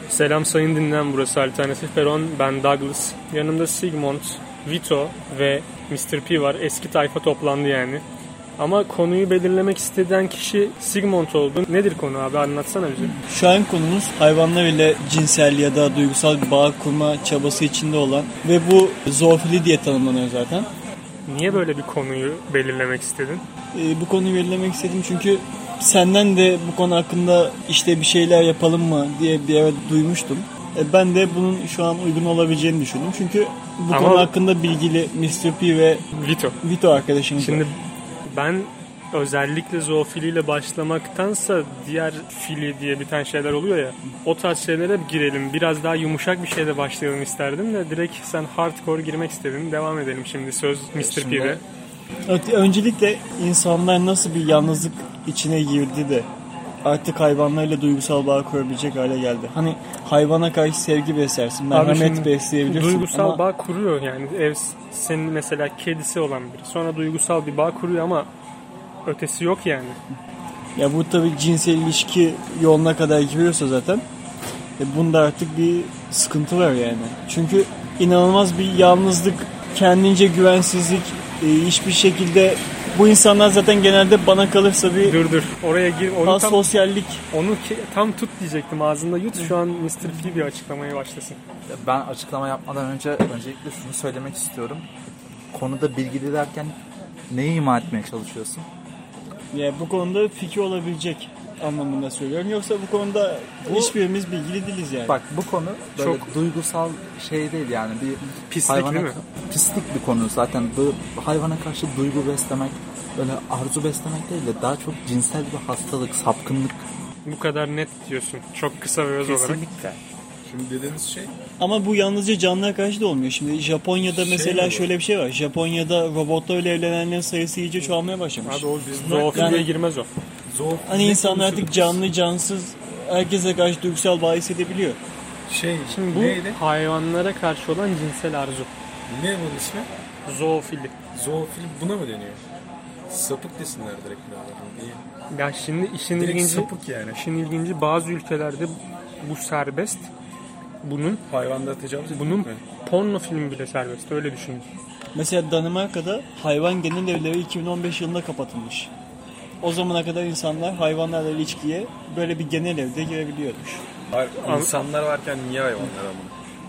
Selam sayın dinleyen, burası Alternatif Peron. Ben Douglas. Yanımda Sigmund, Vito ve Mr. P var. Eski tayfa toplandı yani. Ama konuyu belirlemek istediğin kişi Sigmund oldu. Nedir konu abi, anlatsana bize. Şu an konumuz hayvanlar ile cinsel ya da duygusal bir bağ kurma çabası içinde olan ve bu zoofili diye tanımlanıyor zaten. Niye böyle bir konuyu belirlemek istedin? Bu konuyu belirlemek istedim çünkü senden de bu konu hakkında işte bir şeyler yapalım mı diye bir ara duymuştum. Ben de bunun şu an uygun olabileceğini düşündüm. Çünkü bu konu hakkında bilgili Mr. P ve Vito arkadaşımız Şimdi var. ben özellikle zoofiliyle başlamaktansa diğer fili diye bir tane şeyler oluyor ya, o tarz şeylere girelim. Biraz daha yumuşak bir şeyle başlayalım isterdim de direkt sen hardcore girmek istedin. Devam edelim şimdi, söz Mr. P'de. Öncelikle insanlar nasıl bir yalnızlık içine girdi de artık hayvanlarla duygusal bağ kurabilecek hale geldi. Hani hayvana karşı sevgi beslersin, merhamet besleyebilirsin. Duygusal bağ kuruyor yani. Senin mesela kedisi olan biri. Sonra duygusal bir bağ kuruyor ama ötesi yok yani. Ya bu tabii cinsel ilişki yoluna kadar giriyorsa zaten bunda artık bir sıkıntı var yani. Çünkü inanılmaz bir yalnızlık, kendince güvensizlik, hiçbir şekilde bu insanlar zaten genelde bana kalırsa bir Dur oraya gir, onu tam sosyallik. Onu tam tut diyecektim, ağzında yut. Şu an Mr. P bir açıklamaya başlasın. Ben açıklama yapmadan öncelikle şunu söylemek istiyorum. Konuda bilgili derken neyi ima etmeye çalışıyorsun? Ya bu konuda fikir olabilecek anlamında söylüyorum. Yoksa bu konuda hiçbirimiz bilgili değiliz yani. Bak, bu konu böyle çok duygusal şey değil yani, bir pislik değil mi? Pislik bir konu zaten. Hayvana karşı duygu beslemek, böyle arzu beslemek değil de daha çok cinsel bir hastalık, sapkınlık. Bu kadar net diyorsun. Çok kısa ve öz olarak. Kesinlikle. Şimdi dediğiniz şey... Ama bu yalnızca canlılara karşı da olmuyor. Şimdi Japonya'da mesela şöyle bir şey var. Japonya'da robotlarla evlenenlerin sayısı iyice çoğalmaya başlamış. Abi o zoofiliye girmez o. Hani insanlar artık canlı, cansız, herkese karşı duygusal bağ hissedebiliyor. Şimdi bu neydi? Hayvanlara karşı olan cinsel arzu. Ne bunun ismi? Zoofili. Zoofili buna mı deniyor? Sapık desinler direkt birader. Ya şimdi işin direkt ilginci, sapık yani. İşin ilginci, bazı ülkelerde bu serbest. Hayvanlara tecavüz edilmek bunun mi? porno filmi bile serbest, öyle düşünün. Mesela Danimarka'da hayvan genel evleri 2015 yılında kapatılmış. O zamana kadar insanlar hayvanlarla ilişkiye böyle bir genel evde girebiliyormuş. İnsanlar varken niye hayvanlar ama?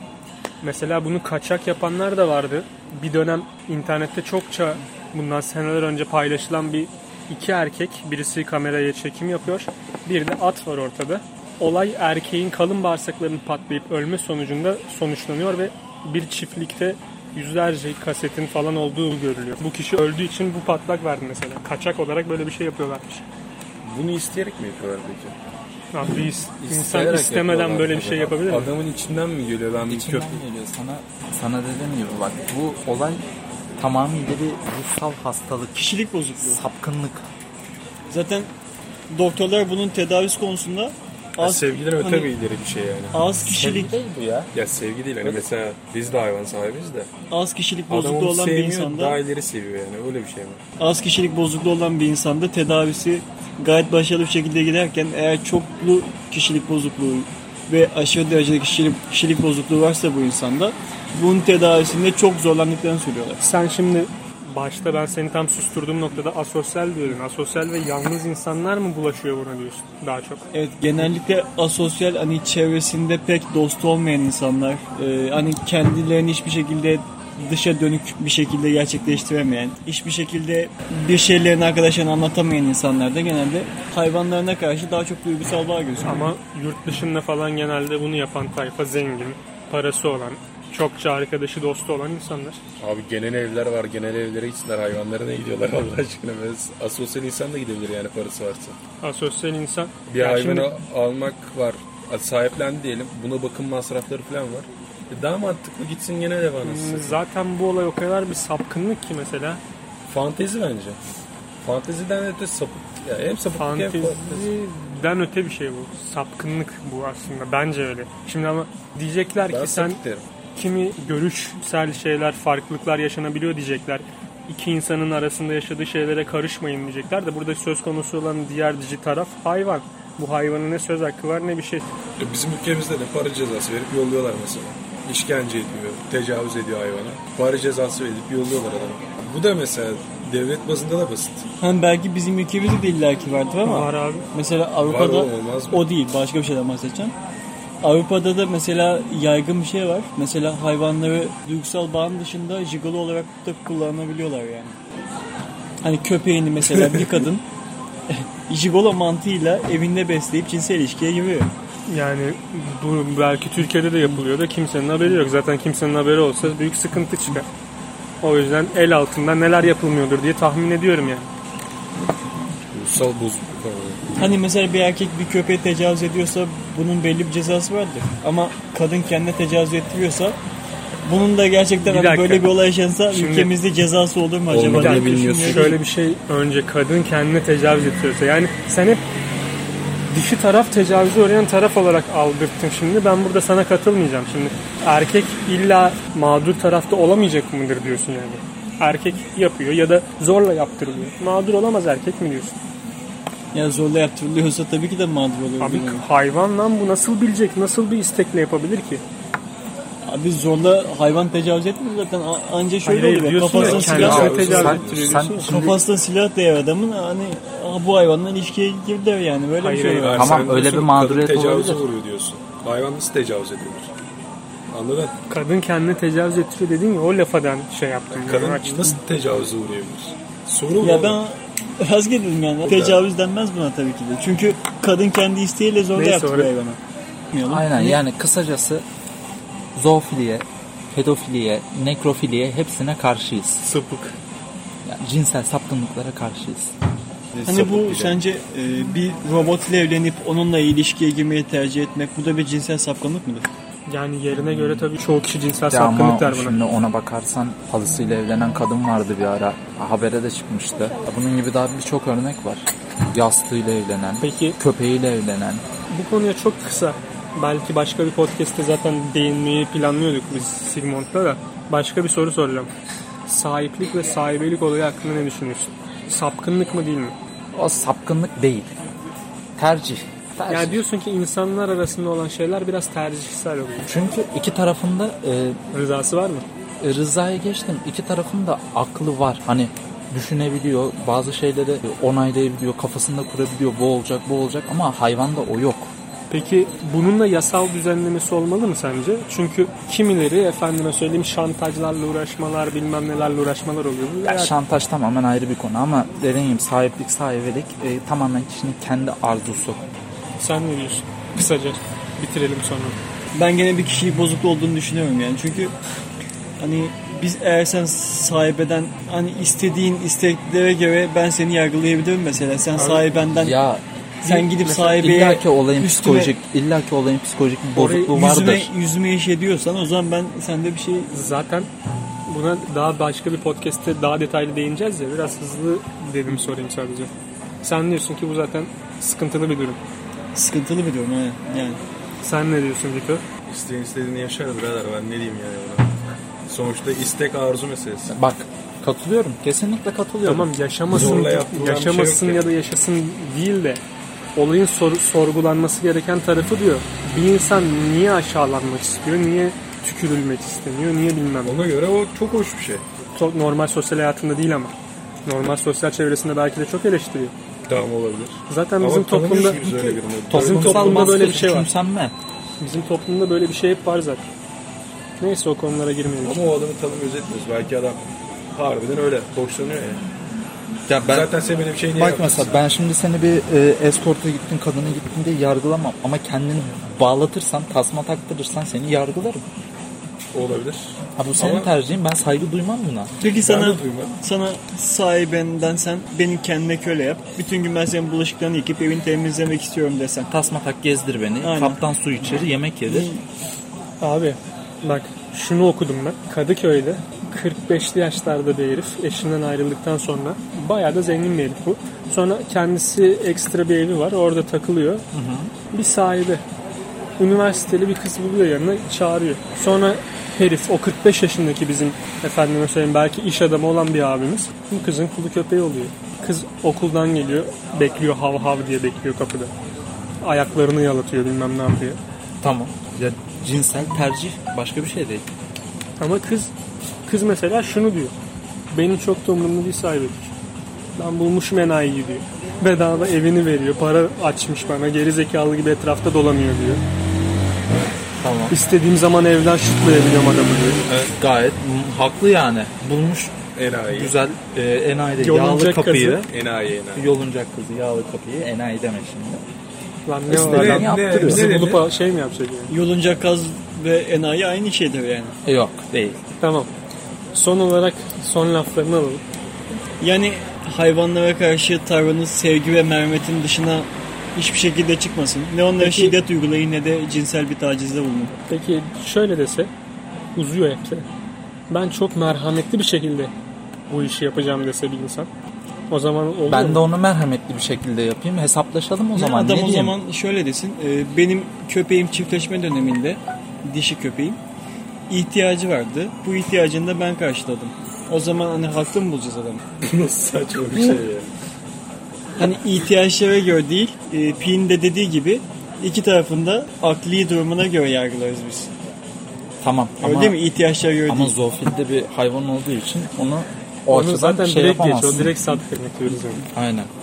Mesela bunu kaçak yapanlar da vardı. Bir dönem internette çokça, bundan seneler önce paylaşılan iki erkek, birisi kameraya çekim yapıyor. Bir de at var ortada. Olay erkeğin kalın bağırsaklarının patlayıp ölme sonucunda sonuçlanıyor ve bir çiftlikte yüzlerce kasetin falan olduğu görülüyor. Bu kişi öldüğü için bu patlak verdi mesela. Kaçak olarak böyle bir şey yapıyorlarmış. Bunu isteyerek mi yapıyorlar peki? Abi insan istemeden böyle bir şey yapabilir mi? Adamın içinden mi geliyor? İçinden geliyor. Sana dediğim gibi bak, bu olay tamamıyla bir ruhsal hastalık. Kişilik bozukluğu. Sapkınlık. Zaten doktorlar bunun tedavisi konusunda sevgiden öte bir ileri bir şey yani. Az kişilik sevgi değil bu ya. Ya sevgi değil hani, mesela biz de hayvan sahibiz de. Az kişilik bozukluğu olan bir insanda daha ileri seviyor yani, öyle bir şey mi? Az kişilik bozukluğu olan bir insanda tedavisi gayet başarılı bir şekilde giderken eğer çoklu kişilik bozukluğu ve aşırı derecede kişilik bozukluğu varsa bu insanda, bunun tedavisinde çok zorlandıklarını söylüyorlar. Sen şimdi başta ben seni tam susturduğum noktada asosyal diyordun. Asosyal ve yalnız insanlar mı bulaşıyor buna diyorsun daha çok? Evet, genellikle asosyal, hani çevresinde pek dostu olmayan insanlar, hani kendilerini hiçbir şekilde dışa dönük bir şekilde gerçekleştiremeyen, hiçbir şekilde bir şeylerini arkadaşlarına anlatamayan insanlar da genelde hayvanlarına karşı daha çok duygusal bağ gösteriyor. Ama yurt dışında falan genelde bunu yapan tayfa zengin, parası olan, çokça arkadaşı, dostu olan insanlar. Abi genel evler var, genel evlere gitsinler, hayvanlarına gidiyorlar Allah aşkına. Asosyal insan da gidebilir yani, parası varsa. Asosyal insan. Bir hayvanı almak var, sahiplendi diyelim, buna bakım masrafları falan var. Daha mantıklı gitsin genel ev anasını. Zaten bu olay o kadar bir sapkınlık ki mesela. Fantezi bence. Fanteziden öte sapık. Ya hem sapık hem fanteziden öte bir şey bu. Sapkınlık bu aslında. Bence öyle. Şimdi ama diyecekler ki sen kimi görüşsel şeyler, farklılıklar yaşanabiliyor diyecekler. İki insanın arasında yaşadığı şeylere karışmayın diyecekler de burada söz konusu olan diğer taraf hayvan. Bu hayvanın ne söz hakkı var ne bir şey. Bizim ülkemizde de para cezası verip yolluyorlar mesela. İşkence ediyor, tecavüz ediyor hayvana. Para cezası verip yolluyorlar adamı. Bu da mesela devlet bazında da basit. Hem belki bizim ülkemizde de illaki vardır ama Var abi. mesela Avrupa'da Var, olmaz mı? o değil. Başka bir şeyden bahsedeceğim. Avrupa'da da mesela yaygın bir şey var. Mesela hayvanları duygusal bağın dışında jigolo olarak da kullanabiliyorlar yani. Hani köpeğini mesela bir kadın jigolo mantığıyla evinde besleyip cinsel ilişkiye giriyor. Yani bu belki Türkiye'de de yapılıyor da kimsenin haberi yok. Zaten kimsenin haberi olsa büyük sıkıntı çıkar. O yüzden el altında neler yapılmıyordur diye tahmin ediyorum yani. Ruhsal bozukluk falan. Hani mesela bir erkek bir köpeğe tecavüz ediyorsa bunun belli bir cezası vardır. Ama kadın kendine tecavüz ettiriyorsa bunun da gerçekten Bir hani dakika. böyle bir olay yaşansa Şimdi- ülkemizde cezası olur mu acaba? Olmadı, diye bilmiyorsun. düşünüyorum. Şöyle bir şey, önce kadın kendine tecavüz ettiriyorsa, yani sen hep dişi taraf tecavüze uğrayan taraf olarak aldırttın şimdi. Ben burada sana katılmayacağım. Şimdi erkek illa mağdur tarafta olamayacak mıdır diyorsun yani. Erkek yapıyor ya da zorla yaptırılıyor. Mağdur olamaz erkek mi diyorsun? Ya zorla yaptırılıyorsa tabii ki de mağdur olur. Abi hayvan lan, bu nasıl bilecek? Nasıl bir istekle yapabilir ki? Abi zorla hayvan tecavüz etmiyor zaten. Anca şöyle Hayır, oluyor. diyorsun ya, Kafasına kendisine silah, tecavüz sen- ettiriyor sen- diyorsun ya. kafasına silah değer adamın hani bu hayvanla ilişkiye girdiler yani. Böyle Hayır, bir şey hayır. var. Tamam, Sen öyle diyorsun, bir mağduriyet kadın tecavüze olabilir. vuruyor diyorsun. Hayvan nasıl tecavüz edilir? Anladın? Kadın kendine tecavüz ettiriyor dedin ya, o lafa ben şey yaptım. Kadın yani açtım. nasıl tecavüze uğrayabilir? Sorun Ya mu? ben vazgeçtim yani. Tecavüz denmez buna tabii ki de. Çünkü kadın kendi isteğiyle zorla Neyse, yaptırıyor oraya- hayvana. Bilmiyorum. Aynen, Hani yani kısacası zoofiliye, pedofiliye, nekrofiliye hepsine karşıyız. Sapık. Yani cinsel sapkınlıklara karşıyız. Hani bu sence bir robot ile evlenip onunla ilişkiye girmeyi tercih etmek bu da bir cinsel sapkınlık mıdır? Yani yerine göre tabii çoğu kişi cinsel Ya ama sapkınlık der buna. şimdi ona bakarsan halısıyla evlenen kadın vardı bir ara. Habere de çıkmıştı. Bunun gibi daha birçok örnek var. Yastığıyla evlenen, Peki köpeğiyle evlenen. bu konuya çok kısa, belki başka bir podcast'te zaten değinmeyi planlıyorduk biz Sigmund'la da. Başka bir soru soracağım. Sahiplik ve sahibelik olayı hakkında ne düşünüyorsun? Sapkınlık mı değil mi? O sapkınlık değil. Tercih. Yani diyorsun ki insanlar arasında olan şeyler biraz tercihsel oluyor. Çünkü iki tarafında Rızası var mı? rızaya geçtim. İki tarafın da aklı var. Hani düşünebiliyor, bazı şeyleri onaylayabiliyor, kafasında kurabiliyor. Bu olacak, bu olacak ama hayvanda o yok. Peki bununla yasal düzenlemesi olmalı mı sence? Çünkü kimileri efendime söyleyeyim şantajlarla uğraşmalar, bilmem nelerle uğraşmalar oluyor. Veya Şantaj tamamen ayrı bir konu ama dediğim gibi sahiplik, sahibilik tamamen kişinin kendi arzusu. sen ne diyorsun? Kısaca bitirelim sonra. Ben gene bir kişiyi bozuk olduğunu düşünüyorum yani. Çünkü hani biz eğer sen sahibeden hani istediğin isteklere göre ben seni yargılayabilirim mesela. Sen sahibenden Ya sen gidip mesela sahibeye illaki olayın üstüme- psikolojik, illaki olayın psikolojik bir bozukluğu yüzüme, vardır. yüzüme iş ediyorsan o zaman ben sende bir şey Zaten buna daha başka bir podcast'te daha detaylı değineceğiz ya, biraz hızlı dedim sorayım sadece. Sen diyorsun ki bu zaten sıkıntılı bir durum. sıkıntılı bir durum yani. Sen ne diyorsun Vito? İsteyen istediğini yaşar birader, ben ne diyeyim yani ona. Sonuçta istek arzu meselesi. Bak, katılıyorum. Kesinlikle katılıyorum. Tamam, yaşamasın, Zorla yaptırılan bir şey yaşamasın yok ya da yaşasın değil de olayın sorgulanması gereken tarafı diyor. Bir insan niye aşağılanmak istiyor, niye tükürülmek istemiyor, niye bilmem. Ona göre o çok hoş bir şey. Normal sosyal hayatında değil ama. Normal sosyal çevresinde belki de çok eleştiriyor. Tamam, olabilir. Zaten Ama bizim toplumda tanımıyoruz biz öyle birini. Bizim Toplumsal toplumda böyle bir baskı, şey var. küçümsenme. Bizim toplumda böyle bir şey hep var zaten. Neyse, o konulara girmeyelim. Ama o adamı tanımıyoruz etmiyoruz. Belki adam harbiden öyle boşlanıyor ya. Ya ben Zaten sen böyle bir şey niye bak yaptın? mesela ben şimdi seni bir eskorta gittin, kadına gittin diye yargılamam ama kendini bağlatırsan, tasma taktırırsan seni yargılarım. Olabilir. Ha, bu senin Ama- tercihin, ben saygı duymam buna. Peki Ben sana de duymadım. sana sahibenden sen beni kendine köle yap. Bütün gün ben senin bulaşıklarını yıkayıp evini temizlemek istiyorum desen. Tasma tak, gezdir beni, Aynen. kaptan su içeri, yemek yedir. Abi bak, şunu okudum ben. Kadıköy'de 45'li yaşlarda bir herif eşinden ayrıldıktan sonra, bayağı da zengin bir herif bu. Sonra kendisi ekstra bir evi var, orada takılıyor. Bir sahibi üniversiteli bir kız buluyor, yanına çağırıyor. Sonra herif, o 45 yaşındaki bizim efendime söyleyeyim belki iş adamı olan bir abimiz, bu kızın kulu köpeği oluyor. Kız okuldan geliyor, bekliyor, hav hav diye bekliyor kapıda. ayaklarını yalatıyor, bilmem ne yapıyor. Tamam. Ya cinsel tercih başka bir şey değil. Ama kız mesela şunu diyor. Benim çok da umurumda değil sahibi. Ben bulmuşum enayiyi diyor. Bedava evini veriyor. Para açmış bana. Geri zekalı gibi etrafta dolanıyor diyor. Tamam. İstediğim zaman evden şutlayabiliyorum adamı diyor. Evet, gayet haklı yani. Bulmuş Enayi. güzel enayide Yoluncak yağlı kapıyı. Enayi. Yoluncak kızı yağlı kapıyı enayi deme şimdi. Lan ne İşte var? ne Adam yaptırıyor? bizi Ne bulup şey mi yapacak yani? Yolunca kaz ve enayi aynı şeydir yani. Yok değil. Tamam. Son olarak son laflarını alalım. Yani hayvanlara karşı tavrınız sevgi ve merhametin dışına hiçbir şekilde çıkmasın. Ne onlara Peki- şiddet uygulayın ne de cinsel bir tacizde bulunun. Peki şöyle dese, uzuyor hepsi. Ben çok merhametli bir şekilde bu işi yapacağım dese bir insan. O zaman olur Ben mu? de onu merhametli bir şekilde yapayım. Hesaplaşalım o zaman. Adam ne o diyeyim? zaman şöyle desin. Benim köpeğim çiftleşme döneminde, dişi köpeğim, ihtiyacı vardı. Bu ihtiyacını da ben karşıladım. O zaman hani haklı mı bulacağız adamı? Nasıl saçma bir şey ya. Hani ihtiyaçlara göre değil, Pi'nin de dediği gibi iki tarafında akli durumuna göre yargılarız biz. Tamam. Öyle Ama, değil mi? İhtiyaçlara göre ama değil. zoofilde bir hayvan olduğu için onu o Onu açıdan zaten şey direkt yapamazsın. geçiyor. Direkt sat kırmıtıyoruz yani. Aynen.